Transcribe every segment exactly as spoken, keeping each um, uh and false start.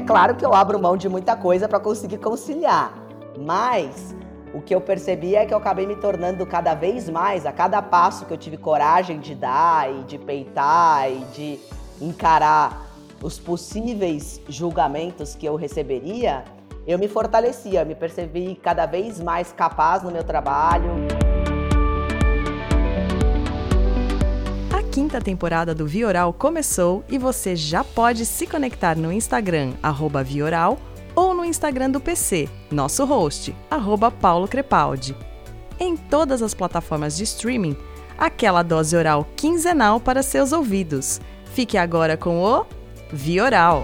claro que eu abro mão de muita coisa para conseguir conciliar, mas o que eu percebi é que eu acabei me tornando cada vez mais, a cada passo que eu tive coragem de dar e de peitar e de encarar os possíveis julgamentos que eu receberia, eu me fortalecia, eu me percebi cada vez mais capaz no meu trabalho. A quinta temporada do Vioral começou e você já pode se conectar no Instagram, arroba Vioral, ou no Instagram do P C, nosso host, arroba Paulo Crepaldi. Em todas as plataformas de streaming, aquela dose oral quinzenal para seus ouvidos. Fique agora com o Vioral.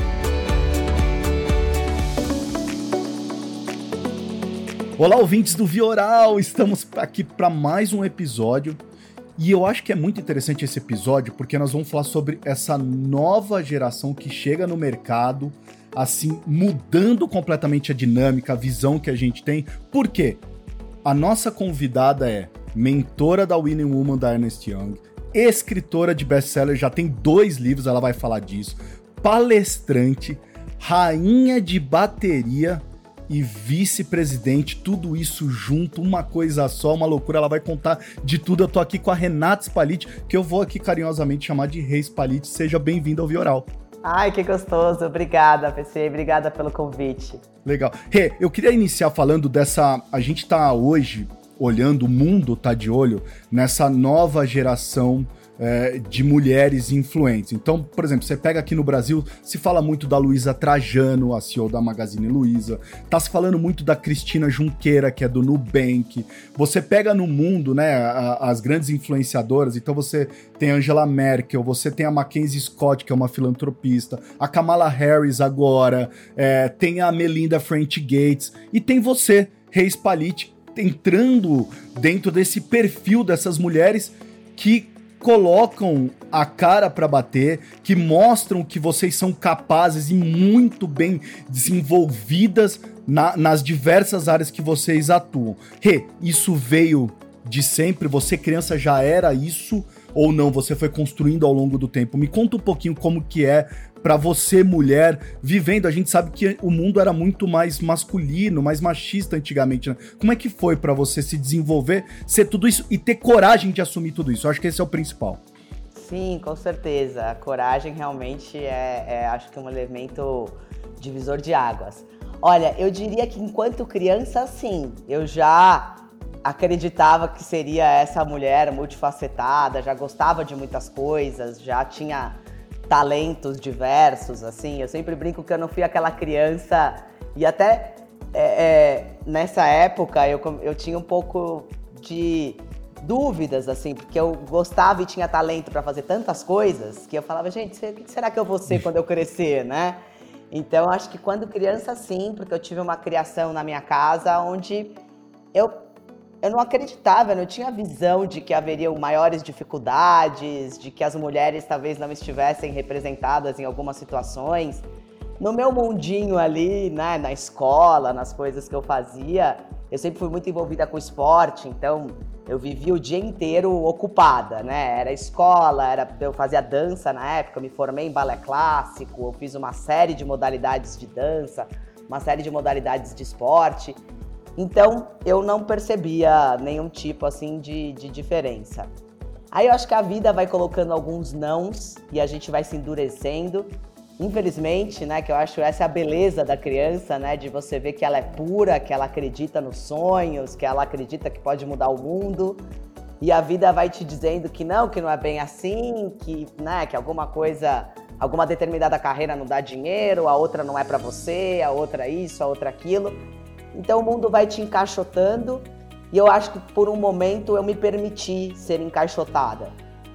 Olá, ouvintes do Vioral! Estamos aqui para mais um episódio. E eu acho que é muito interessante esse episódio porque nós vamos falar sobre essa nova geração que chega no mercado, assim, mudando completamente a dinâmica, a visão que a gente tem. Por quê? A nossa convidada é mentora da Winning Woman da Ernst Young, escritora de best-seller, já tem dois livros, ela vai falar disso, palestrante, rainha de bateria e vice-presidente, tudo isso junto, uma coisa só, uma loucura, ela vai contar de tudo. Eu tô aqui com a Renata Spaliti, que eu vou aqui carinhosamente chamar de Rei Spaliti. Seja bem-vinda ao Vioral. Ai, que gostoso, obrigada, P C, obrigada pelo convite. Legal. Rê, eu queria iniciar falando dessa, a gente tá hoje olhando, o mundo tá de olho nessa nova geração É, de mulheres influentes. Então, por exemplo, você pega aqui no Brasil, se fala muito da Luísa Trajano, a C E O da Magazine Luiza, tá se falando muito da Cristina Junqueira, que é do Nubank. Você pega no mundo, né, a, as grandes influenciadoras, então você tem a Angela Merkel, você tem a Mackenzie Scott, que é uma filantropista, a Kamala Harris agora, é, tem a Melinda French Gates, e tem você, Rei Spaliti, entrando dentro desse perfil dessas mulheres que colocam a cara para bater, que mostram que vocês são capazes e muito bem desenvolvidas na, nas diversas áreas que vocês atuam. Rê, isso veio de sempre? Você criança já era isso ou não? Você foi construindo ao longo do tempo? Me conta um pouquinho como que é para você, mulher, vivendo. A gente sabe que o mundo era muito mais masculino, mais machista antigamente, né? Como é que foi para você se desenvolver, ser tudo isso e ter coragem de assumir tudo isso? Eu acho que esse é o principal. Sim, com certeza. A coragem realmente é, é, acho que um elemento divisor de águas. Olha, eu diria que enquanto criança, sim, eu já acreditava que seria essa mulher multifacetada, já gostava de muitas coisas, já tinha talentos diversos, assim. Eu sempre brinco que eu não fui aquela criança, e até é, é, nessa época eu, eu tinha um pouco de dúvidas, assim, porque eu gostava e tinha talento para fazer tantas coisas que eu falava, gente, o que será que eu vou ser quando eu crescer, né? Então, acho que quando criança, sim, porque eu tive uma criação na minha casa onde eu Eu não acreditava, eu não tinha visão de que haveriam maiores dificuldades, de que as mulheres talvez não estivessem representadas em algumas situações. No meu mundinho ali, né, na escola, nas coisas que eu fazia, eu sempre fui muito envolvida com esporte, então eu vivia o dia inteiro ocupada, né? Era escola, era, eu fazia dança na época, eu me formei em balé clássico, eu fiz uma série de modalidades de dança, uma série de modalidades de esporte. Então, eu não percebia nenhum tipo, assim, de, de diferença. Aí eu acho que a vida vai colocando alguns nãos e a gente vai se endurecendo. Infelizmente, né, que eu acho essa é a beleza da criança, né, de você ver que ela é pura, que ela acredita nos sonhos, que ela acredita que pode mudar o mundo. E a vida vai te dizendo que não, que não é bem assim, que, né, que alguma coisa, alguma determinada carreira não dá dinheiro, a outra não é pra você, a outra isso, a outra aquilo. Então o mundo vai te encaixotando e eu acho que por um momento eu me permiti ser encaixotada.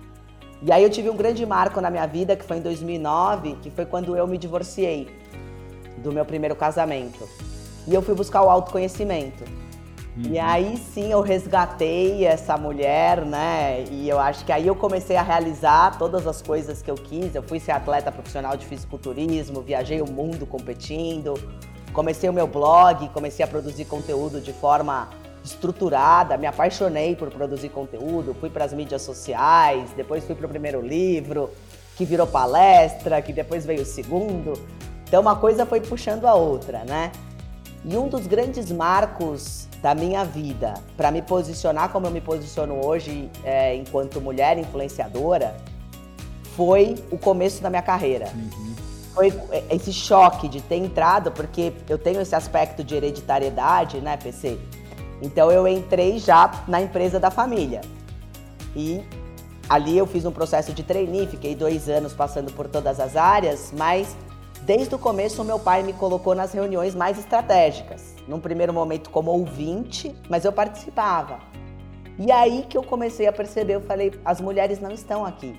E aí eu tive um grande marco na minha vida, que foi em dois mil e nove, que foi quando eu me divorciei do meu primeiro casamento. E eu fui buscar o autoconhecimento. Uhum. E aí sim eu resgatei essa mulher, né? E eu acho que aí eu comecei a realizar todas as coisas que eu quis. Eu fui ser atleta profissional de fisiculturismo, viajei o mundo competindo. Comecei o meu blog, comecei a produzir conteúdo de forma estruturada, me apaixonei por produzir conteúdo, fui para as mídias sociais, depois fui para o primeiro livro, que virou palestra, que depois veio o segundo. Então uma coisa foi puxando a outra, né? E um dos grandes marcos da minha vida, para me posicionar como eu me posiciono hoje é, enquanto mulher influenciadora, foi o começo da minha carreira. Uhum. Foi esse choque de ter entrado, porque eu tenho esse aspecto de hereditariedade, né, P C? Então eu entrei já na empresa da família. E ali eu fiz um processo de trainee, fiquei dois anos passando por todas as áreas, mas desde o começo o meu pai me colocou nas reuniões mais estratégicas. Num primeiro momento como ouvinte, mas eu participava. E aí que eu comecei a perceber, eu falei, as mulheres não estão aqui.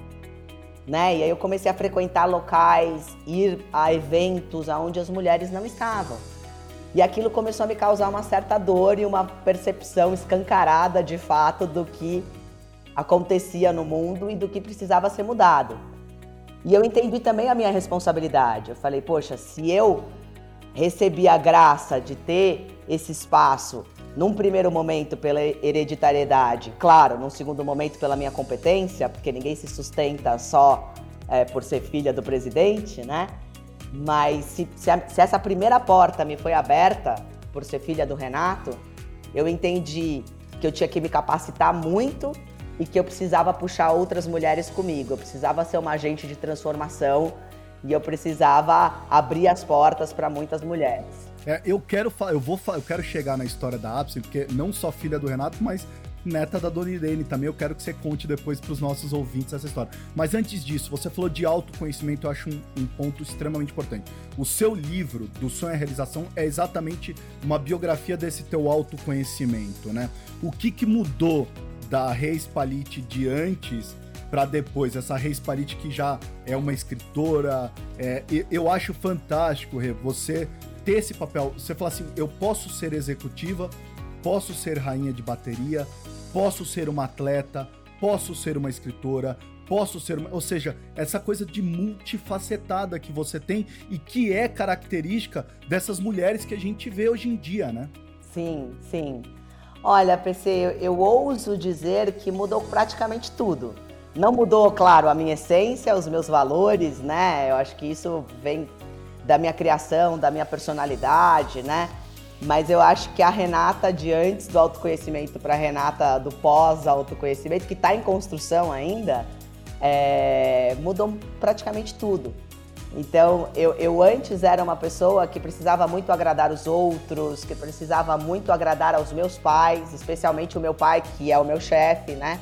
Né? E aí eu comecei a frequentar locais, ir a eventos onde as mulheres não estavam. E aquilo começou a me causar uma certa dor e uma percepção escancarada de fato do que acontecia no mundo e do que precisava ser mudado. E eu entendi também a minha responsabilidade. Eu falei, poxa, se eu recebi a graça de ter esse espaço num primeiro momento pela hereditariedade, claro, num segundo momento pela minha competência, porque ninguém se sustenta só é, por ser filha do presidente, né? Mas se, se, a, se essa primeira porta me foi aberta por ser filha do Renato, eu entendi que eu tinha que me capacitar muito e que eu precisava puxar outras mulheres comigo. Eu precisava ser uma agente de transformação e eu precisava abrir as portas para muitas mulheres. É, eu quero eu vou eu quero chegar na história da Apsen, porque não só filha do Renato, mas neta da Dona Irene também. Eu quero que você conte depois para os nossos ouvintes essa história. Mas antes disso, você falou de autoconhecimento, eu acho um, um ponto extremamente importante. O seu livro, Do Sonho à Realização, é exatamente uma biografia desse teu autoconhecimento, né? O que que mudou da Reis Palite de antes para depois? Essa Reis Palite que já é uma escritora, é, eu acho fantástico, Rê, você ter esse papel. Você fala assim, eu posso ser executiva, posso ser rainha de bateria, posso ser uma atleta, posso ser uma escritora, posso ser uma... Ou seja, essa coisa de multifacetada que você tem e que é característica dessas mulheres que a gente vê hoje em dia, né? Sim, sim. Olha, P C, eu, eu ouso dizer que mudou praticamente tudo. Não mudou, claro, a minha essência, os meus valores, né? Eu acho que isso vem da minha criação, da minha personalidade, né? Mas eu acho que a Renata de antes do autoconhecimento para a Renata do pós-autoconhecimento, que está em construção ainda, é, mudou praticamente tudo. Então, eu, eu antes era uma pessoa que precisava muito agradar os outros, que precisava muito agradar aos meus pais, especialmente o meu pai, que é o meu chefe, né?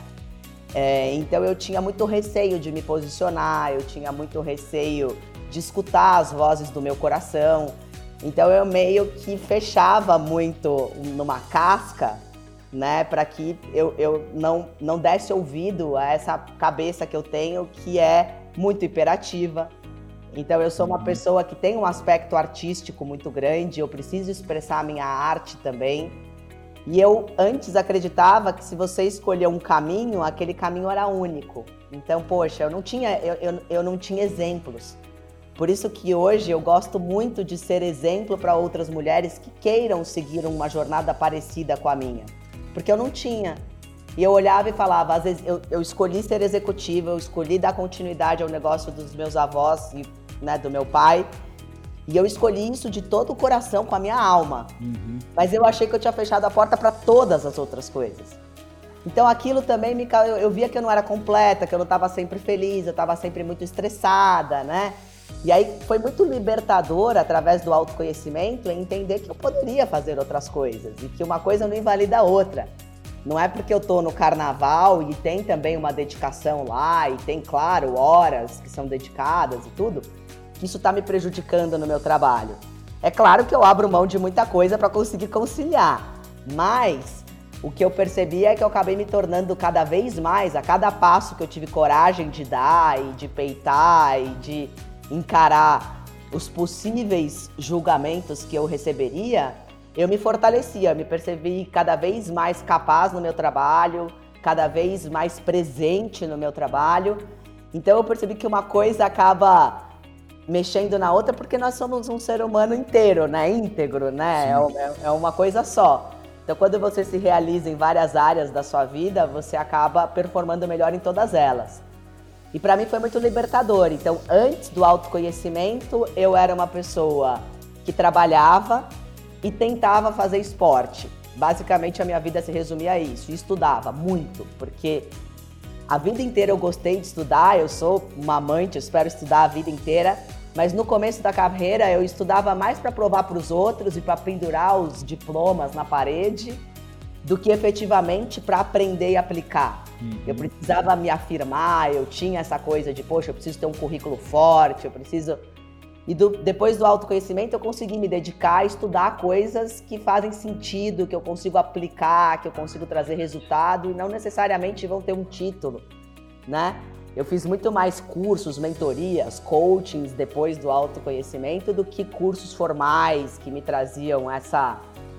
É, então, eu tinha muito receio de me posicionar, eu tinha muito receio de escutar as vozes do meu coração. Então eu meio que fechava muito numa casca, né, para que eu, eu não, não desse ouvido a essa cabeça que eu tenho, que é muito hiperativa. Então eu sou uma pessoa que tem um aspecto artístico muito grande, eu preciso expressar a minha arte também. E eu antes acreditava que se você escolher um caminho, aquele caminho era único. Então, poxa, eu não tinha, eu, eu, eu não tinha exemplos. Por isso que hoje eu gosto muito de ser exemplo para outras mulheres que queiram seguir uma jornada parecida com a minha. Porque eu não tinha. E eu olhava e falava, às vezes eu, eu escolhi ser executiva, eu escolhi dar continuidade ao negócio dos meus avós e, né, do meu pai. E eu escolhi isso de todo o coração, com a minha alma. Uhum. Mas eu achei que eu tinha fechado a porta para todas as outras coisas. Então aquilo também me... Eu, eu via que eu não era completa, que eu não estava sempre feliz, eu estava sempre muito estressada, né? E aí foi muito libertador, através do autoconhecimento, entender que eu poderia fazer outras coisas e que uma coisa não invalida a outra. Não é porque eu tô no carnaval e tem também uma dedicação lá e tem, claro, horas que são dedicadas e tudo, que isso tá me prejudicando no meu trabalho. É claro que eu abro mão de muita coisa para conseguir conciliar, mas o que eu percebi é que eu acabei me tornando cada vez mais, a cada passo que eu tive coragem de dar e de peitar e de encarar os possíveis julgamentos que eu receberia, eu me fortalecia, me percebi cada vez mais capaz no meu trabalho, cada vez mais presente no meu trabalho. Então eu percebi que uma coisa acaba mexendo na outra porque nós somos um ser humano inteiro, né? Íntegro, né? É, é uma coisa só. Então quando você se realiza em várias áreas da sua vida, você acaba performando melhor em todas elas. E para mim foi muito libertador. Então, antes do autoconhecimento, eu era uma pessoa que trabalhava e tentava fazer esporte. Basicamente, a minha vida se resumia a isso. E estudava muito, porque a vida inteira eu gostei de estudar, eu sou uma amante, eu espero estudar a vida inteira. Mas no começo da carreira, eu estudava mais para provar para os outros e para pendurar os diplomas na parede, do que efetivamente para aprender e aplicar. Uhum. Eu precisava me afirmar, eu tinha essa coisa de, poxa, eu preciso ter um currículo forte, eu preciso... E do, depois do autoconhecimento eu consegui me dedicar a estudar coisas que fazem sentido, que eu consigo aplicar, que eu consigo trazer resultado e não necessariamente vão ter um título, né? Eu fiz muito mais cursos, mentorias, coachings depois do autoconhecimento do que cursos formais que me traziam essa...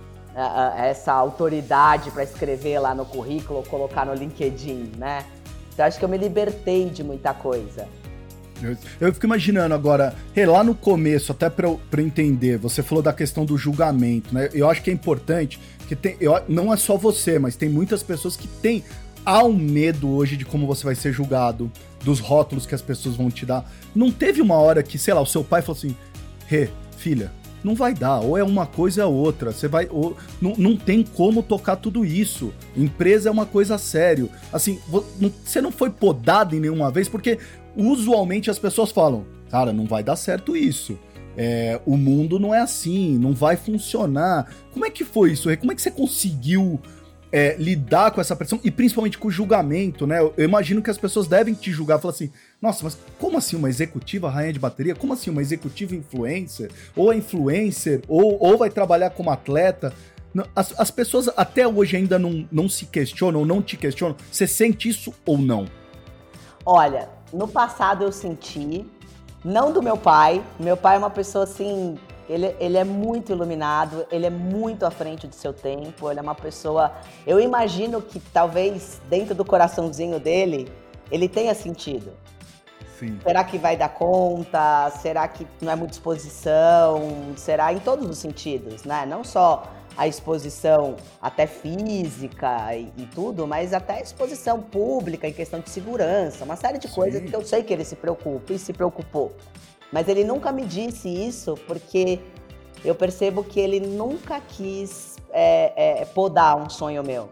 essa autoridade para escrever lá no currículo ou colocar no LinkedIn, né? Então acho que eu me libertei de muita coisa. Eu, eu fico imaginando agora, hey, lá no começo, até para eu, pra eu entender, você falou da questão do julgamento, né? Eu acho que é importante, que tem, eu, não é só você, mas tem muitas pessoas que têm, há um medo hoje de como você vai ser julgado, dos rótulos que as pessoas vão te dar. Não teve uma hora que, sei lá, o seu pai falou assim, Rê, filha, não vai dar, ou é uma coisa ou outra, você vai, ou, não, não tem como tocar tudo isso, empresa é uma coisa sério, assim, você não foi podado em nenhuma vez, porque usualmente as pessoas falam, cara, não vai dar certo isso, é, o mundo não é assim, não vai funcionar. Como é que foi isso? Como é que você conseguiu é, lidar com essa pressão e principalmente com o julgamento, né? Eu, eu imagino que as pessoas devem te julgar, falar assim, nossa, mas como assim uma executiva rainha de bateria? Como assim uma executiva influencer? Ou é influencer? Ou, ou vai trabalhar como atleta? As, as pessoas até hoje ainda não, não se questionam, ou não te questionam. Você sente isso ou não? Olha, no passado eu senti, não do meu pai. Meu pai é uma pessoa assim, ele, ele é muito iluminado, ele é muito à frente do seu tempo, ele é uma pessoa... Eu imagino que talvez dentro do coraçãozinho dele, ele tenha sentido. Sim. Será que vai dar conta? Será que não é muita exposição? Será em todos os sentidos, né? Não só a exposição até física e, e tudo, mas até a exposição pública em questão de segurança, uma série de Sim. coisas que eu sei que ele se preocupa e se preocupou. Mas ele nunca me disse isso porque eu percebo que ele nunca quis é, é, podar um sonho meu.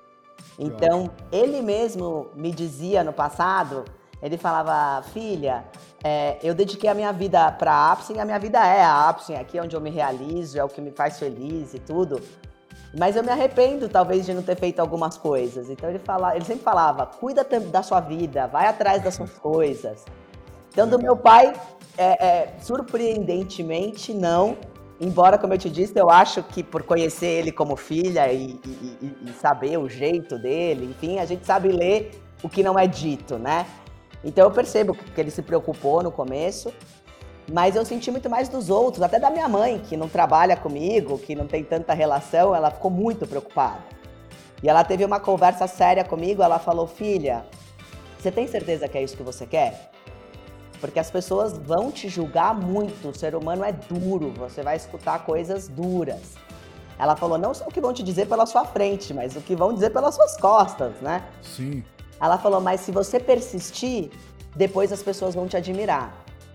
Então, ele mesmo me dizia no passado, ele falava, filha, é, eu dediquei a minha vida para a Apsen, e a minha vida é a Apsen, aqui é onde eu me realizo, é o que me faz feliz e tudo. Mas eu me arrependo, talvez, de não ter feito algumas coisas. Então, ele, fala, ele sempre falava, cuida da sua vida, vai atrás das suas coisas. Então, do meu pai, é, é, surpreendentemente, não. Embora, como eu te disse, eu acho que por conhecer ele como filha e, e, e, e saber o jeito dele, enfim, a gente sabe ler o que não é dito, né? Então eu percebo que ele se preocupou no começo, mas eu senti muito mais dos outros, até da minha mãe, que não trabalha comigo, que não tem tanta relação, ela ficou muito preocupada. E ela teve uma conversa séria comigo, ela falou, filha, você tem certeza que é isso que você quer? Porque as pessoas vão te julgar muito, o ser humano é duro, você vai escutar coisas duras. Ela falou, não só o que vão te dizer pela sua frente, mas o que vão dizer pelas suas costas, né? Sim. Ela falou, mas se você persistir, depois as pessoas vão te admirar.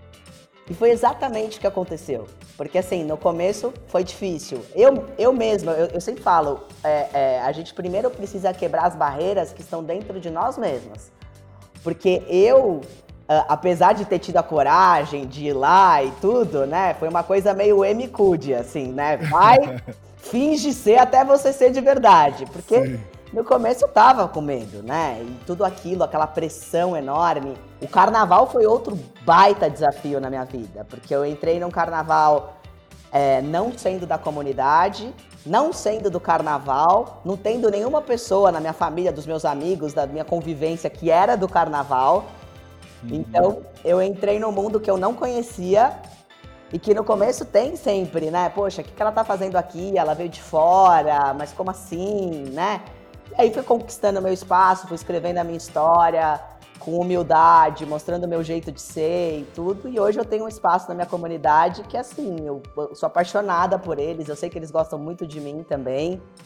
E foi exatamente o que aconteceu. Porque assim, no começo foi difícil. Eu, eu mesma, eu, eu sempre falo, é, é, a gente primeiro precisa quebrar as barreiras que estão dentro de nós mesmas. Porque eu, apesar de ter tido a coragem de ir lá e tudo, né? Foi uma coisa meio emicude, assim, né? Vai, finge ser até você ser de verdade. Porque... Sim. No começo eu tava com medo, né? E tudo aquilo, aquela pressão enorme. O carnaval foi outro baita desafio na minha vida, porque eu entrei num carnaval é, não sendo da comunidade, não sendo do carnaval, não tendo nenhuma pessoa na minha família, dos meus amigos, da minha convivência que era do carnaval. Uhum. Então, eu entrei num mundo que eu não conhecia e que no começo tem sempre, né? Poxa, o que ela tá fazendo aqui? Ela veio de fora, mas como assim, né? E aí fui conquistando meu espaço, fui escrevendo a minha história com humildade, mostrando o meu jeito de ser e tudo. E hoje eu tenho um espaço na minha comunidade que, assim, eu sou apaixonada por eles, eu sei que eles gostam muito de mim também.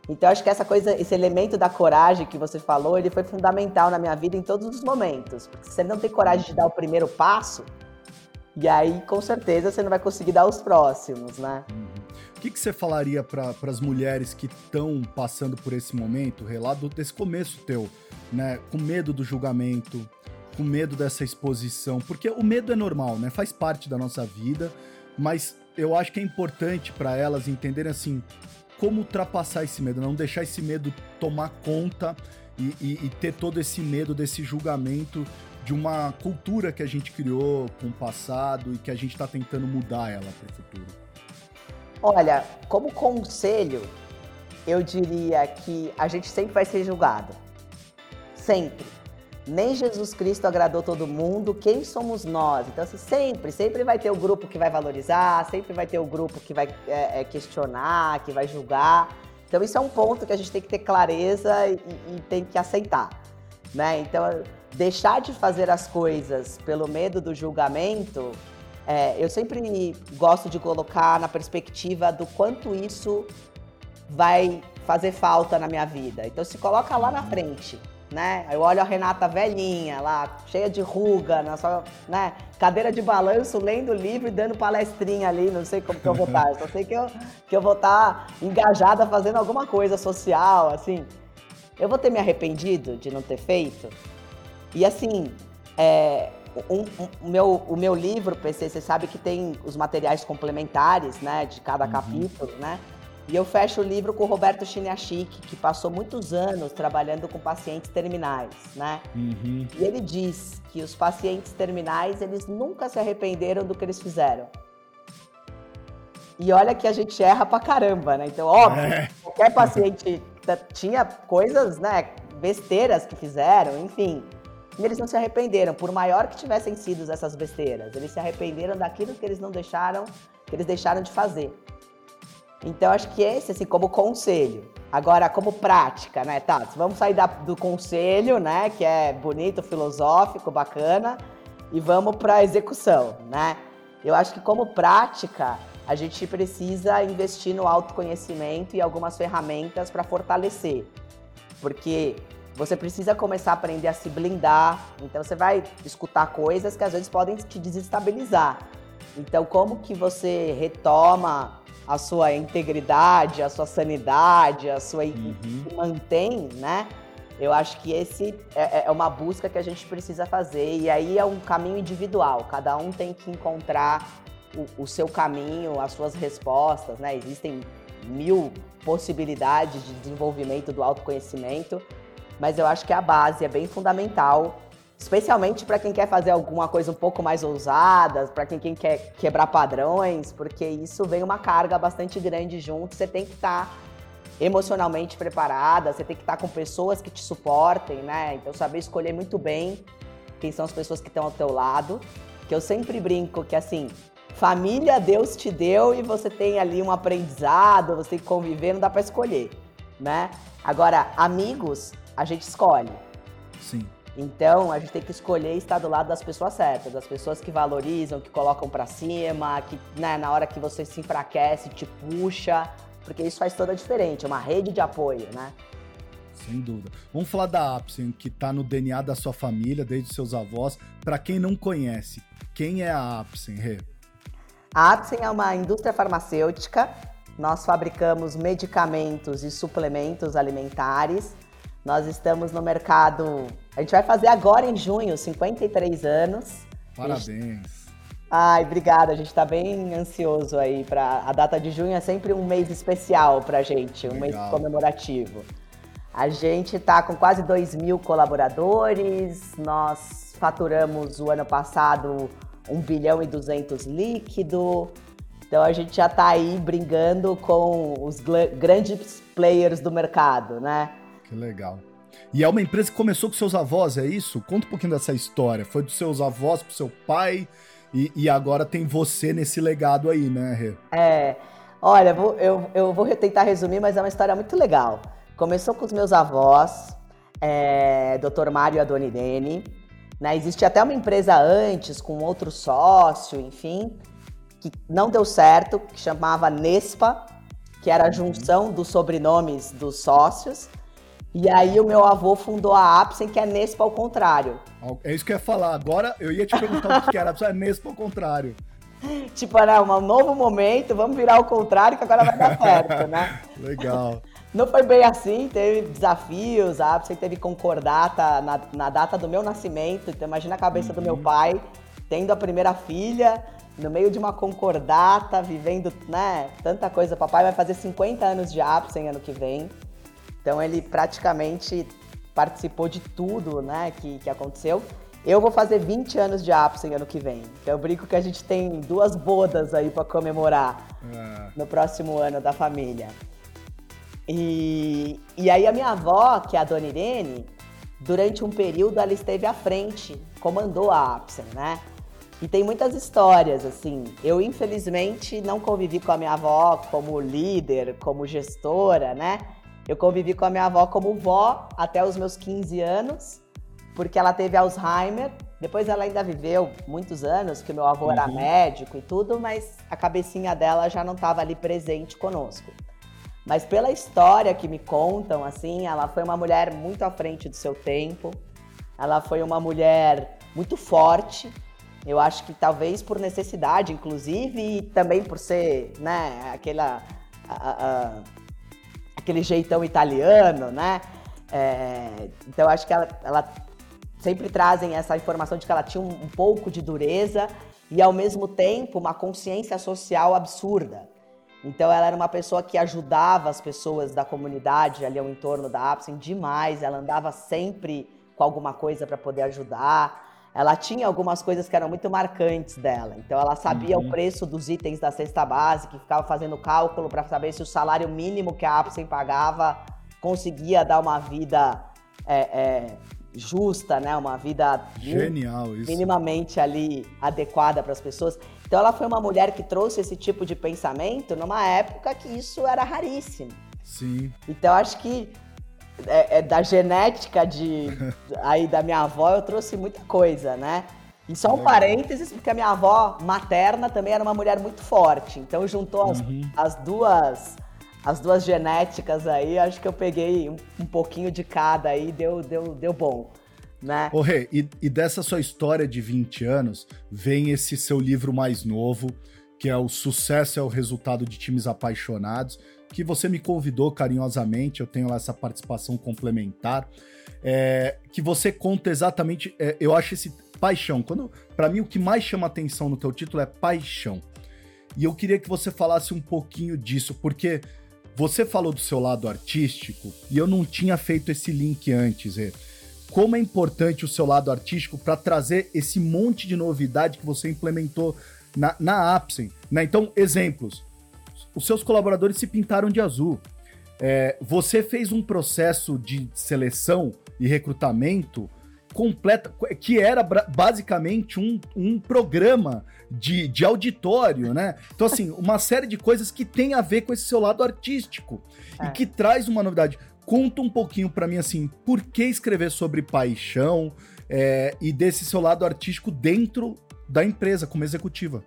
Então, acho que essa coisa, esse elemento da coragem que você falou, ele foi fundamental na minha vida em todos os momentos. Porque se você não tem coragem de dar o primeiro passo, e aí, com certeza, você não vai conseguir dar os próximos, né? Uhum. O que, que você falaria para as mulheres que estão passando por esse momento, relato desse começo teu, né? Com medo do julgamento, com medo dessa exposição? Porque o medo é normal, né? Faz parte da nossa vida, mas eu acho que é importante para elas entenderem, assim, como ultrapassar esse medo, não deixar esse medo tomar conta e, e, e ter todo esse medo desse julgamento de uma cultura que a gente criou com o passado e que a gente está tentando mudar ela para o futuro. Olha, como conselho, eu diria que a gente sempre vai ser julgado. Sempre. Nem Jesus Cristo agradou todo mundo, quem somos nós? Então, assim, sempre, sempre vai ter o grupo que vai valorizar, sempre vai ter o grupo que vai é, é, questionar, que vai julgar. Então, isso é um ponto que a gente tem que ter clareza e, e tem que aceitar, né? Então, deixar de fazer as coisas pelo medo do julgamento, é, eu sempre gosto de colocar na perspectiva do quanto isso vai fazer falta na minha vida. Então, se coloca lá na frente, né? Eu olho a Renata velhinha lá, cheia de ruga, na sua, né? Cadeira de balanço, lendo livro e dando palestrinha ali, não sei como que eu vou estar. Eu só sei que eu, que eu vou estar engajada fazendo alguma coisa social, assim. Eu vou ter me arrependido de não ter feito? E assim, é, um, um, o, meu, o meu livro, P C, você sabe que tem os materiais complementares, né? De cada uhum. capítulo, né? E eu fecho o livro com o Roberto Chiniachik, que passou muitos anos trabalhando com pacientes terminais, né? Uhum. E ele diz que os pacientes terminais, eles nunca se arrependeram do que eles fizeram. E olha que a gente erra pra caramba, né? Então, óbvio, é. qualquer paciente tinha coisas, né, besteiras que fizeram, enfim. E eles não se arrependeram, por maior que tivessem sido essas besteiras. Eles se arrependeram daquilo que eles não deixaram, que eles deixaram de fazer. Então, acho que esse, assim, como conselho. Agora, como prática, né, Tati? Vamos sair da, do conselho, né, que é bonito, filosófico, bacana, e vamos para a execução, né? Eu acho que como prática, a gente precisa investir no autoconhecimento e algumas ferramentas para fortalecer. Porque você precisa começar a aprender a se blindar. Então, você vai escutar coisas que às vezes podem te desestabilizar. Então, como que você retoma a sua integridade, a sua sanidade, a sua uhum. se mantém, né? Eu acho que esse é, é uma busca que a gente precisa fazer. E aí é um caminho individual. Cada um tem que encontrar o, o seu caminho, as suas respostas, né? Existem mil possibilidades de desenvolvimento do autoconhecimento, mas eu acho que a base é bem fundamental, especialmente para quem quer fazer alguma coisa um pouco mais ousada, para quem, quem quer quebrar padrões, porque isso vem uma carga bastante grande junto. Você tem que estar emocionalmente preparada, você tem que estar com pessoas que te suportem, né? Então, saber escolher muito bem quem são as pessoas que estão ao teu lado, que eu sempre brinco que, assim, família Deus te deu e você tem ali um aprendizado, você tem que conviver, não dá para escolher, né? Agora, amigos, a gente escolhe. Sim. Então, a gente tem que escolher estar do lado das pessoas certas, das pessoas que valorizam, que colocam pra cima, que, né, na hora que você se enfraquece, te puxa, porque isso faz toda a diferença, é uma rede de apoio, né? Sem dúvida. Vamos falar da Apsen, que tá no D N A da sua família, desde os seus avós. Para quem não conhece, quem é a Apsen, Rê? A Apsen é uma indústria farmacêutica, nós fabricamos medicamentos e suplementos alimentares. Nós estamos no mercado, a gente vai fazer agora em junho, cinquenta e três anos. Parabéns. Gente... Ai, obrigada, a gente está bem ansioso aí. Pra... A data de junho é sempre um mês especial pra gente, um Legal. mês comemorativo. A gente está com quase dois mil colaboradores, nós faturamos o ano passado um bilhão e duzentos líquido. Então a gente já está aí brigando com os grandes players do mercado, né? Que legal. E é uma empresa que começou com seus avós, é isso? Conta um pouquinho dessa história. Foi dos seus avós pro seu pai e, e agora tem você nesse legado aí, né, Rê? É, olha, eu, eu vou tentar resumir, mas é uma história muito legal. Começou com os meus avós, é, doutor Mário e a Dona Irene, né? Existia até uma empresa antes, com outro sócio, enfim, que não deu certo, que chamava Nespa, que era a junção dos sobrenomes dos sócios. E aí o meu avô fundou a Apsen, que é Nespa ao contrário. É isso que eu ia falar. Agora eu ia te perguntar o que era, é Nespa ao contrário. Tipo, né, um novo momento, vamos virar ao contrário que agora vai dar certo, né? Legal. Não foi bem assim, teve desafios, a Apsen teve concordata na, na data do meu nascimento, então imagina a cabeça uhum. do meu pai, tendo a primeira filha, no meio de uma concordata, vivendo, né, tanta coisa. Papai vai fazer cinquenta anos de Apsen ano que vem, então ele praticamente participou de tudo, né, que, que aconteceu. Eu vou fazer vinte anos de Apsen ano que vem, então eu brinco que a gente tem duas bodas aí para comemorar ah. no próximo ano da família. E, e aí a minha avó, que é a Dona Irene, durante um período ela esteve à frente, comandou a Apsen, né? E tem muitas histórias, assim. Eu, infelizmente, não convivi com a minha avó como líder, como gestora, né? Eu convivi com a minha avó como vó até os meus quinze anos, porque ela teve Alzheimer. Depois ela ainda viveu muitos anos, que meu avô uhum. era médico e tudo, mas a cabecinha dela já não estava ali presente conosco. Mas pela história que me contam, assim, ela foi uma mulher muito à frente do seu tempo. Ela foi uma mulher muito forte. Eu acho que talvez por necessidade, inclusive, e também por ser, né, aquela, a, a, aquele jeitão italiano, né? É, então, acho que ela, ela sempre trazem essa informação de que ela tinha um, um pouco de dureza e, ao mesmo tempo, uma consciência social absurda. Então, ela era uma pessoa que ajudava as pessoas da comunidade ali ao entorno da Apsen demais. Ela andava sempre com alguma coisa para poder ajudar. Ela tinha algumas coisas que eram muito marcantes dela. Então, ela sabia uhum. o preço dos itens da cesta básica, ficava fazendo cálculo para saber se o salário mínimo que a Apsen pagava conseguia dar uma vida é, é, justa, né? Uma vida Genial, isso. minimamente ali adequada para as pessoas. Então, ela foi uma mulher que trouxe esse tipo de pensamento numa época que isso era raríssimo. Sim. Então, acho que é, é da genética de, aí da minha avó, eu trouxe muita coisa, né? E só um parênteses, porque a minha avó materna também era uma mulher muito forte. Então, juntou as, uhum. as duas... As duas genéticas aí, acho que eu peguei um, um pouquinho de cada aí, deu, deu, deu bom, né? Ô Rê, e, e dessa sua história de vinte anos, vem esse seu livro mais novo, que é O Sucesso é o Resultado de Times Apaixonados, que você me convidou carinhosamente, eu tenho lá essa participação complementar, é, que você conta exatamente, é, eu acho esse paixão, quando, pra mim o que mais chama atenção no teu título é paixão. E eu queria que você falasse um pouquinho disso, porque... Você falou do seu lado artístico e eu não tinha feito esse link antes, Rê. Como é importante o seu lado artístico para trazer esse monte de novidade que você implementou na, na Apsen, né? Então, exemplos. Os seus colaboradores se pintaram de azul. É, você fez um processo de seleção e recrutamento completa, que era basicamente um, um programa de, de auditório, né? Então, assim, uma série de coisas que tem a ver com esse seu lado artístico é. e que traz uma novidade. Conta um pouquinho pra mim, assim, por que escrever sobre paixão é, e desse seu lado artístico dentro da empresa, como executiva?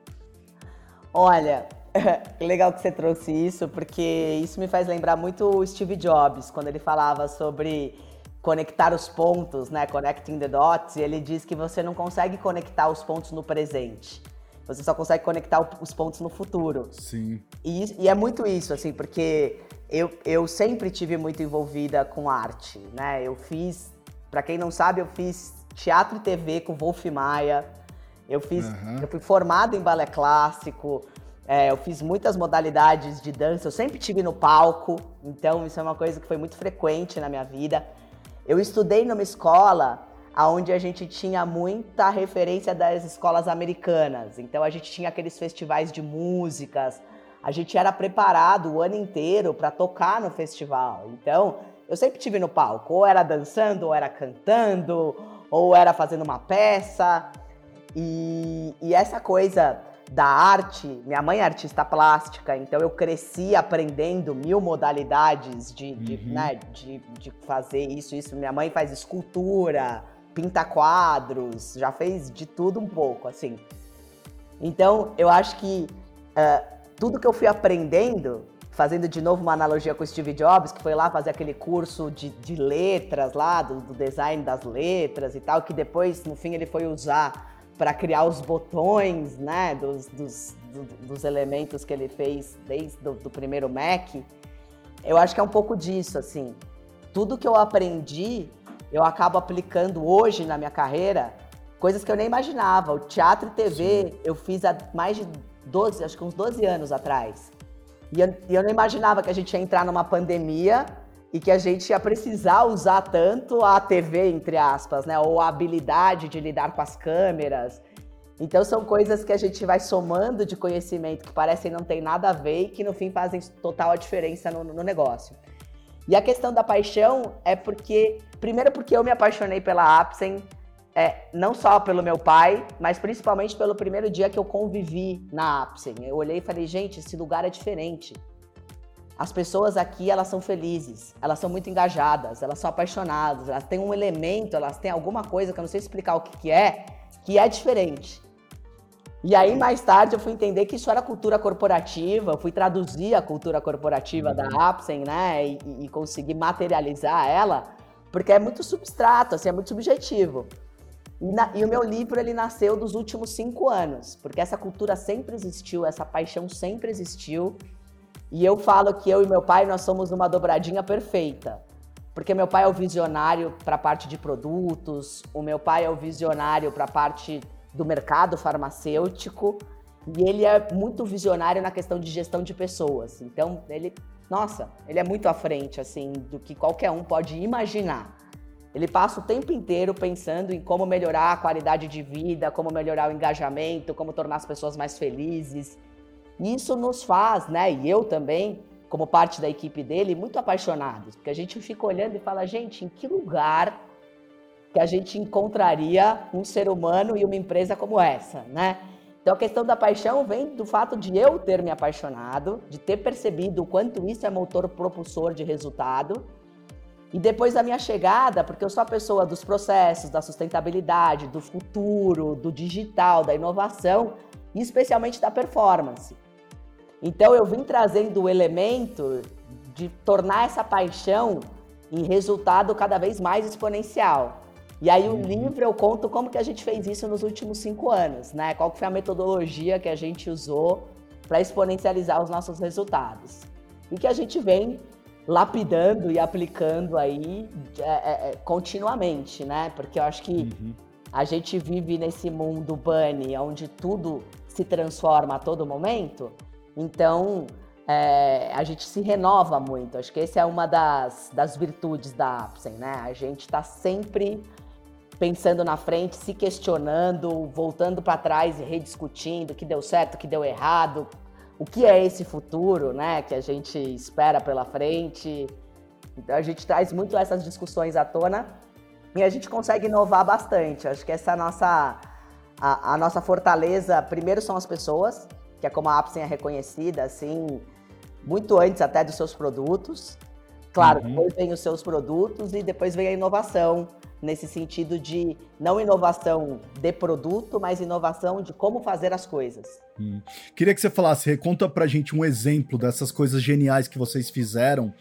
Olha, que legal que você trouxe isso, porque isso me faz lembrar muito o Steve Jobs, quando ele falava sobre... conectar os pontos, né? Connecting the dots. E ele diz que você não consegue conectar os pontos no presente. Você só consegue conectar os pontos no futuro. Sim. E, e é muito isso, assim, porque eu, eu sempre tive muito envolvida com arte, né? Eu fiz, pra quem não sabe, eu fiz teatro e T V com Wolf Maia. Eu fiz, uhum. eu fui formada em balé clássico. É, eu fiz muitas modalidades de dança. Eu sempre estive no palco. Então, isso é uma coisa que foi muito frequente na minha vida. Eu estudei numa escola onde a gente tinha muita referência das escolas americanas. Então, a gente tinha aqueles festivais de músicas. A gente era preparado o ano inteiro para tocar no festival. Então, eu sempre estive no palco. Ou era dançando, ou era cantando, ou era fazendo uma peça. E, e essa coisa da arte... Minha mãe é artista plástica, então eu cresci aprendendo mil modalidades de, de, uhum. né, de, de fazer isso, isso. Minha mãe faz escultura, pinta quadros, já fez de tudo um pouco, assim. Então, eu acho que uh, tudo que eu fui aprendendo fazendo de novo uma analogia com o Steve Jobs, que foi lá fazer aquele curso de, de letras lá, do, do design das letras e tal, que depois, no fim, ele foi usar para criar os botões, né, dos, dos, do, dos elementos que ele fez desde o do primeiro Mac. Eu acho que é um pouco disso, assim. Tudo que eu aprendi, eu acabo aplicando hoje na minha carreira, coisas que eu nem imaginava. O teatro e T V eu fiz há mais de doze, acho que uns doze anos atrás. E eu, eu não imaginava que a gente ia entrar numa pandemia e que a gente ia precisar usar tanto a T V, entre aspas, né? Ou a habilidade de lidar com as câmeras. Então são coisas que a gente vai somando de conhecimento que parecem não ter nada a ver e que no fim fazem total a diferença no, no negócio. E a questão da paixão é porque, primeiro porque eu me apaixonei pela Apsen, é, não só pelo meu pai, mas principalmente pelo primeiro dia que eu convivi na Apsen. Eu olhei e falei, gente, esse lugar é diferente. As pessoas aqui, elas são felizes, elas são muito engajadas, elas são apaixonadas, elas têm um elemento, elas têm alguma coisa que eu não sei explicar o que, que é, que é diferente. E aí, mais tarde, eu fui entender que isso era cultura corporativa, eu fui traduzir a cultura corporativa da Apsen, né, e, e conseguir materializar ela, porque é muito substrato, assim, é muito subjetivo. E, na, e o meu livro, ele nasceu dos últimos cinco anos, porque essa cultura sempre existiu, essa paixão sempre existiu, e eu falo que eu e meu pai, nós somos uma dobradinha perfeita, porque meu pai é o visionário para a parte de produtos, o meu pai é o visionário para a parte do mercado farmacêutico, e ele é muito visionário na questão de gestão de pessoas. Então, ele, nossa, ele é muito à frente, assim, do que qualquer um pode imaginar. Ele passa o tempo inteiro pensando em como melhorar a qualidade de vida, como melhorar o engajamento, como tornar as pessoas mais felizes. E isso nos faz, né, e eu também, como parte da equipe dele, muito apaixonados, porque a gente fica olhando e fala, gente, em que lugar que a gente encontraria um ser humano e uma empresa como essa, né? Então a questão da paixão vem do fato de eu ter me apaixonado, de ter percebido o quanto isso é motor propulsor de resultado, e depois da minha chegada, porque eu sou a pessoa dos processos, da sustentabilidade, do futuro, do digital, da inovação, e especialmente da performance. Então eu vim trazendo o elemento de tornar essa paixão em resultado cada vez mais exponencial. E aí o livro eu conto como que a gente fez isso nos últimos cinco anos, né? Qual que foi a metodologia que a gente usou para exponencializar os nossos resultados. E que a gente vem lapidando e aplicando aí é, é, continuamente, né? Porque eu acho que uhum. a gente vive nesse mundo bunny, onde tudo se transforma a todo momento. Então, é, a gente se renova muito. Acho que essa é uma das, das virtudes da Apsen, né? A gente está sempre pensando na frente, se questionando, voltando para trás e rediscutindo o que deu certo, o que deu errado, o que é esse futuro, né, que a gente espera pela frente. Então a gente traz muito essas discussões à tona e a gente consegue inovar bastante. Acho que essa nossa, a, a nossa fortaleza, primeiro são as pessoas, que é como a Apsen é reconhecida, assim, muito antes até dos seus produtos. Claro, uhum. depois vem os seus produtos e depois vem a inovação, nesse sentido de não inovação de produto, mas inovação de como fazer as coisas. Hum. Queria que você falasse, conta pra gente um exemplo dessas coisas geniais que vocês fizeram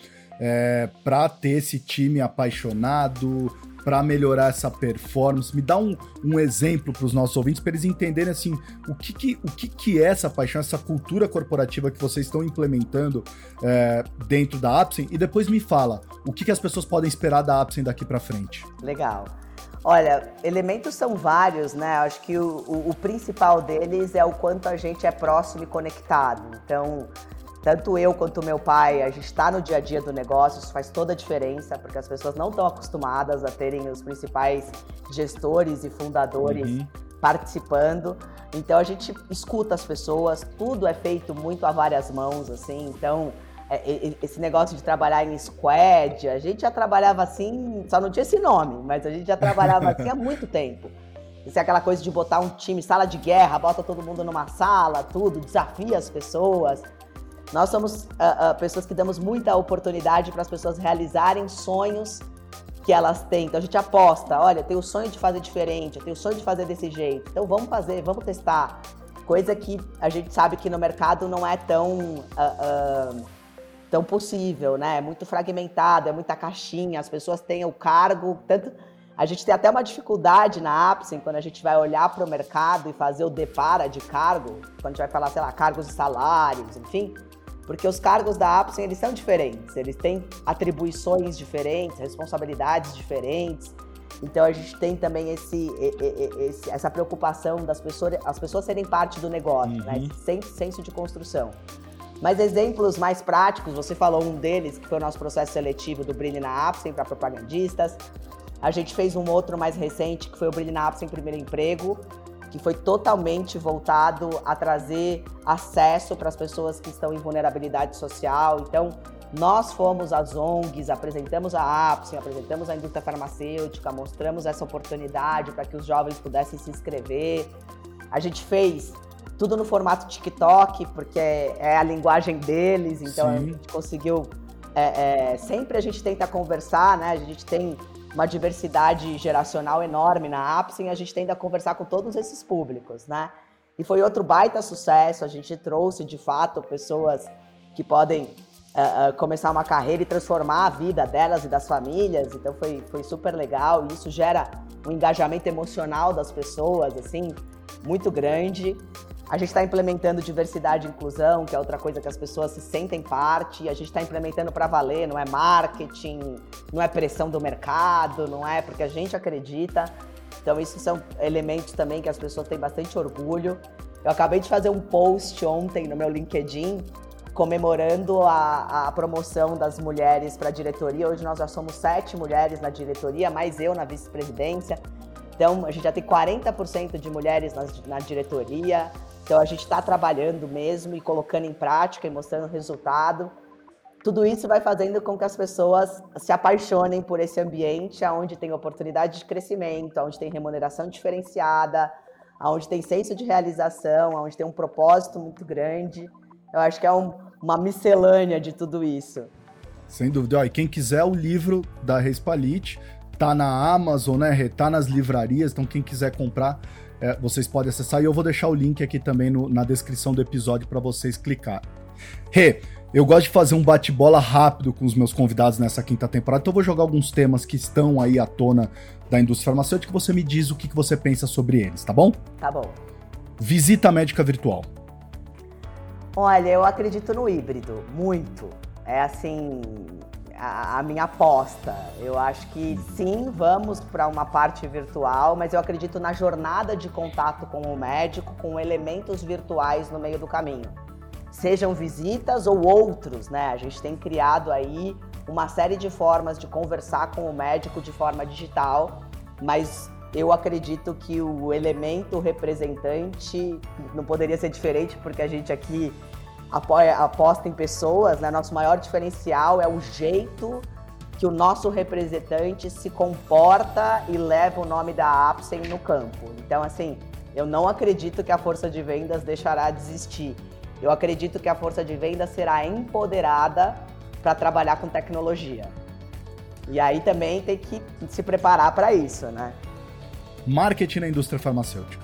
é, para ter esse time apaixonado, para melhorar essa performance. Me dá um, um exemplo para os nossos ouvintes, para eles entenderem assim, o, que, que, o que, que é essa paixão, essa cultura corporativa que vocês estão implementando é, dentro da Apsen, e depois me fala o que, que as pessoas podem esperar da Apsen daqui para frente. Legal. Olha, elementos são vários, né? Acho que o, o, o principal deles é o quanto a gente é próximo e conectado. Então, tanto eu quanto o meu pai, a gente está no dia a dia do negócio, isso faz toda a diferença, porque as pessoas não estão acostumadas a terem os principais gestores e fundadores uhum. participando. Então a gente escuta as pessoas, tudo é feito muito a várias mãos, assim. Então é, esse negócio de trabalhar em squad, a gente já trabalhava assim, só não tinha esse nome, mas a gente já trabalhava assim há muito tempo. Isso é aquela coisa de botar um time, sala de guerra, bota todo mundo numa sala, tudo, desafia as pessoas. Nós somos uh, uh, pessoas que damos muita oportunidade para as pessoas realizarem sonhos que elas têm. Então a gente aposta, olha, eu tenho o sonho de fazer diferente, eu tenho o sonho de fazer desse jeito. Então vamos fazer, vamos testar. Coisa que a gente sabe que no mercado não é tão uh, uh, tão possível, né? É muito fragmentado, é muita caixinha, as pessoas têm o cargo, tanto... A gente tem até uma dificuldade na Apsen, quando a gente vai olhar para o mercado e fazer o depara de cargo, quando a gente vai falar, sei lá, cargos e salários, enfim, porque os cargos da Apsen, eles são diferentes, eles têm atribuições diferentes, responsabilidades diferentes, então a gente tem também esse, esse, essa preocupação das pessoas, as pessoas serem parte do negócio, uhum. né? Esse senso de construção. Mas exemplos mais práticos, você falou um deles, que foi o nosso processo seletivo do Brilhe na Apsen para propagandistas. A gente fez um outro mais recente, que foi o Brilhe na Apsen Primeiro Emprego, que foi totalmente voltado a trazer acesso para as pessoas que estão em vulnerabilidade social. Então, nós fomos às O N Gs, apresentamos a Apsen, apresentamos a indústria farmacêutica, mostramos essa oportunidade para que os jovens pudessem se inscrever. A gente fez tudo no formato TikTok, porque é a linguagem deles, então Sim. a gente conseguiu... É, é, sempre a gente tenta conversar, né? A gente tem uma diversidade geracional enorme na Apsen, a gente tenta conversar com todos esses públicos, né? E foi outro baita sucesso, a gente trouxe, de fato, pessoas que podem uh, uh, começar uma carreira e transformar a vida delas e das famílias, então foi, foi super legal, e isso gera um engajamento emocional das pessoas, assim, muito grande. A gente está implementando diversidade e inclusão, que é outra coisa que as pessoas se sentem parte, e a gente está implementando para valer, não é marketing, não é pressão do mercado, não é porque a gente acredita. Então, isso são elementos também que as pessoas têm bastante orgulho. Eu acabei de fazer um post ontem no meu LinkedIn, comemorando a, a promoção das mulheres para a diretoria. Hoje nós já somos sete mulheres na diretoria, mais eu na vice-presidência. Então, a gente já tem quarenta por cento de mulheres na, na diretoria. Então, a gente está trabalhando mesmo e colocando em prática e mostrando resultado. Tudo isso vai fazendo com que as pessoas se apaixonem por esse ambiente onde tem oportunidade de crescimento, onde tem remuneração diferenciada, onde tem senso de realização, onde tem um propósito muito grande. Eu acho que é um, uma miscelânea de tudo isso. Sem dúvida. E quem quiser o livro da Respalit, tá na Amazon, né? Tá nas livrarias, então quem quiser comprar, é, vocês podem acessar. E eu vou deixar o link aqui também no, na descrição do episódio para vocês clicar. Rê, eu gosto de fazer um bate-bola rápido com os meus convidados nessa quinta temporada, então eu vou jogar alguns temas que estão aí à tona da indústria farmacêutica, você me diz o que, que você pensa sobre eles, tá bom? Tá bom. Visita médica virtual. Olha, eu acredito no híbrido, muito. É assim, a, a minha aposta. Eu acho que sim, vamos para uma parte virtual, mas eu acredito na jornada de contato com o médico, com elementos virtuais no meio do caminho. Sejam visitas ou outros, né? A gente tem criado aí uma série de formas de conversar com o médico de forma digital, mas eu acredito que o elemento representante não poderia ser diferente, porque a gente aqui apoia, aposta em pessoas, né? Nosso maior diferencial é o jeito que o nosso representante se comporta e leva o nome da Apsen no campo. Então, assim, eu não acredito que a força de vendas deixará de existir. Eu acredito que a força de venda será empoderada para trabalhar com tecnologia. E aí também tem que se preparar para isso, né? Marketing na indústria farmacêutica.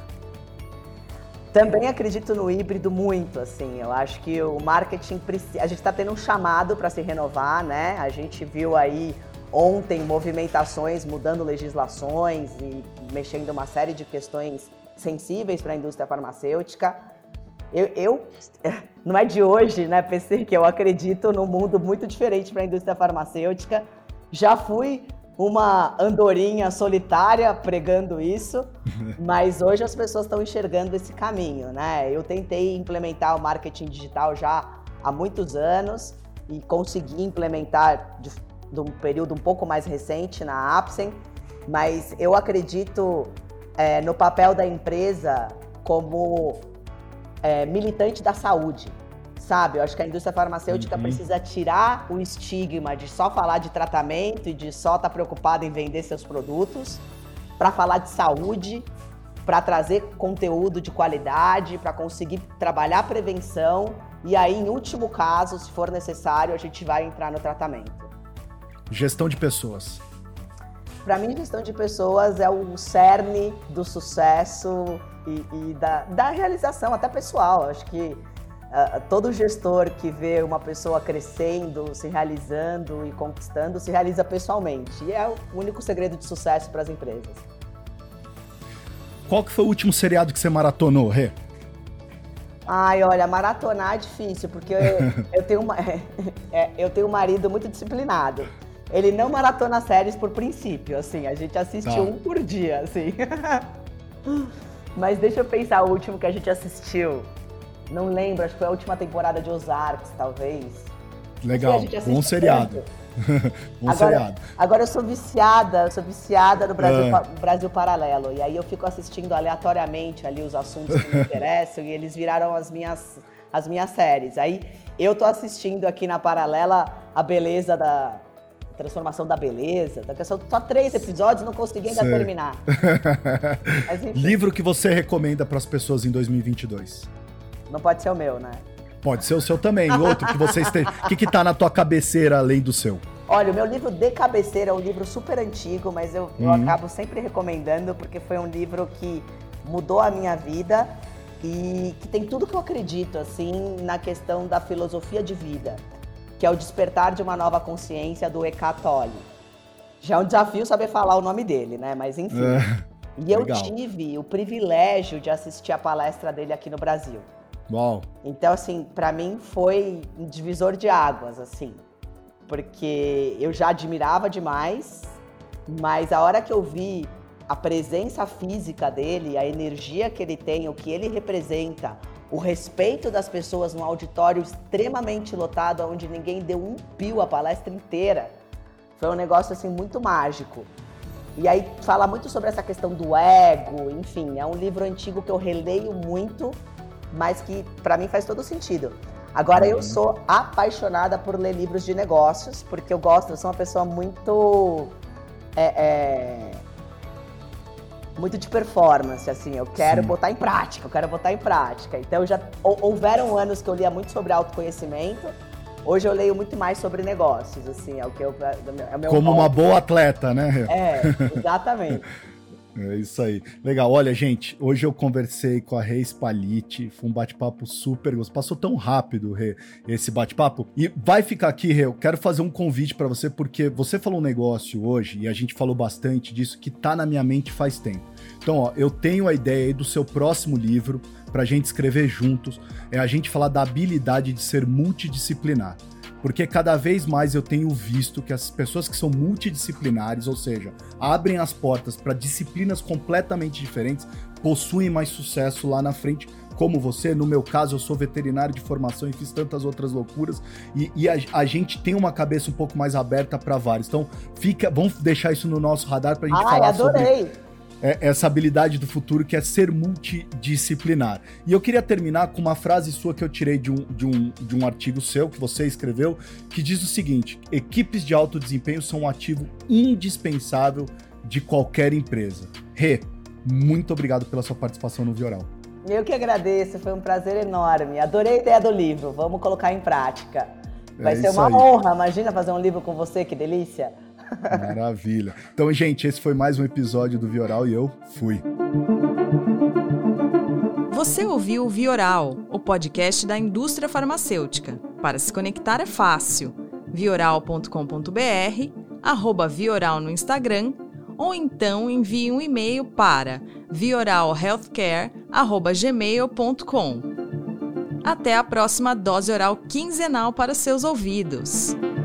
Também acredito no híbrido muito, assim. Eu acho que o marketing precisa... A gente está tendo um chamado para se renovar, né? A gente viu aí ontem movimentações, mudando legislações e mexendo uma série de questões sensíveis para a indústria farmacêutica. Eu, eu, não é de hoje, né, P C, que eu acredito num mundo muito diferente para a indústria farmacêutica. Já fui uma andorinha solitária pregando isso, mas hoje as pessoas estão enxergando esse caminho, né? Eu tentei implementar o marketing digital já há muitos anos e consegui implementar de, de um período um pouco mais recente na Apsen, mas eu acredito é, no papel da empresa como É, militante da saúde, sabe? Eu acho que a indústria farmacêutica uhum. precisa tirar o estigma de só falar de tratamento e de só estar preocupada em vender seus produtos, para falar de saúde, para trazer conteúdo de qualidade, para conseguir trabalhar a prevenção e aí, em último caso, se for necessário, a gente vai entrar no tratamento. Gestão de pessoas. Para mim, gestão de pessoas é o cerne do sucesso e, e da, da realização, até pessoal. Acho que uh, todo gestor que vê uma pessoa crescendo, se realizando e conquistando, se realiza pessoalmente. E é o único segredo de sucesso para as empresas. Qual que foi o último seriado que você maratonou, Rê? Ai, olha, maratonar é difícil, porque eu, eu, tenho uma, é, eu tenho um marido muito disciplinado. Ele não maratona séries por princípio, assim, a gente assiste tá. um por dia, assim. Mas deixa eu pensar, o último que a gente assistiu, não lembro, acho que foi a última temporada de Ozarks, talvez. Legal, bom seriado. bom agora, seriado. Agora eu sou viciada, eu sou viciada no Brasil, ah. Brasil Paralelo, e aí eu fico assistindo aleatoriamente ali os assuntos que me interessam, e eles viraram as minhas, as minhas séries. Aí eu tô assistindo aqui na Paralela a beleza da... transformação da beleza, da questão, só três episódios, não consegui ainda Sei. terminar. Mas, livro que você recomenda para as pessoas em dois mil e vinte e dois? Não pode ser o meu, né? Pode ser o seu também, outro que você esteja... O que que tá na tua cabeceira além do seu? Olha, o meu livro de cabeceira é um livro super antigo, mas eu, uhum. eu acabo sempre recomendando porque foi um livro que mudou a minha vida e que tem tudo que eu acredito, assim, na questão da filosofia de vida, que é o Despertar de uma Nova Consciência, do Eckhart Tolle. Já é um desafio saber falar o nome dele, né? Mas enfim. É, e eu legal. tive o privilégio de assistir a palestra dele aqui no Brasil. Uau! Então, assim, pra mim foi um divisor de águas, assim. Porque eu já admirava demais, mas a hora que eu vi a presença física dele, a energia que ele tem, o que ele representa, o respeito das pessoas num auditório extremamente lotado, onde ninguém deu um pio a palestra inteira. Foi um negócio, assim, muito mágico. E aí fala muito sobre essa questão do ego, enfim, é um livro antigo que eu releio muito, mas que pra mim faz todo sentido. Agora, eu sou apaixonada por ler livros de negócios, porque eu gosto, eu sou uma pessoa muito... É, é... muito de performance, assim, eu quero Sim. botar em prática, eu quero botar em prática. Então, já houveram anos que eu lia muito sobre autoconhecimento, hoje eu leio muito mais sobre negócios, assim, é o que eu... É o meu Como hobby. Uma boa atleta, né? É, exatamente. É isso aí. Legal. Olha, gente, hoje eu conversei com a Rê Spaliti, foi um bate-papo super gostoso. Passou tão rápido, Rê, esse bate-papo. E vai ficar aqui, Rê, eu quero fazer um convite para você, porque você falou um negócio hoje, e a gente falou bastante disso, que tá na minha mente faz tempo. Então, ó, eu tenho a ideia aí do seu próximo livro, pra gente escrever juntos, é a gente falar da habilidade de ser multidisciplinar. Porque cada vez mais eu tenho visto que as pessoas que são multidisciplinares, ou seja, abrem as portas para disciplinas completamente diferentes, possuem mais sucesso lá na frente, como você. No meu caso, eu sou veterinário de formação e fiz tantas outras loucuras, e, e a, a gente tem uma cabeça um pouco mais aberta para vários. Então, fica, vamos deixar isso no nosso radar para a gente Ai, falar adorei. sobre... essa habilidade do futuro, que é ser multidisciplinar. E eu queria terminar com uma frase sua que eu tirei de um, de um, de um artigo seu, que você escreveu, que diz o seguinte: equipes de alto desempenho são um ativo indispensável de qualquer empresa. Rê, muito obrigado pela sua participação no Vioral. Eu que agradeço, foi um prazer enorme. Adorei a ideia do livro, vamos colocar em prática. Vai é ser uma aí. honra, imagina fazer um livro com você, que delícia. Maravilha. Então, gente, esse foi mais um episódio do Vioral e eu fui. Você ouviu o Vioral, o podcast da indústria farmacêutica. Para se conectar é fácil. vioral ponto com ponto b r, arroba Vioral no Instagram, ou então envie um e-mail para vioral healthcare arroba gmail ponto com. Até a próxima dose oral quinzenal para seus ouvidos.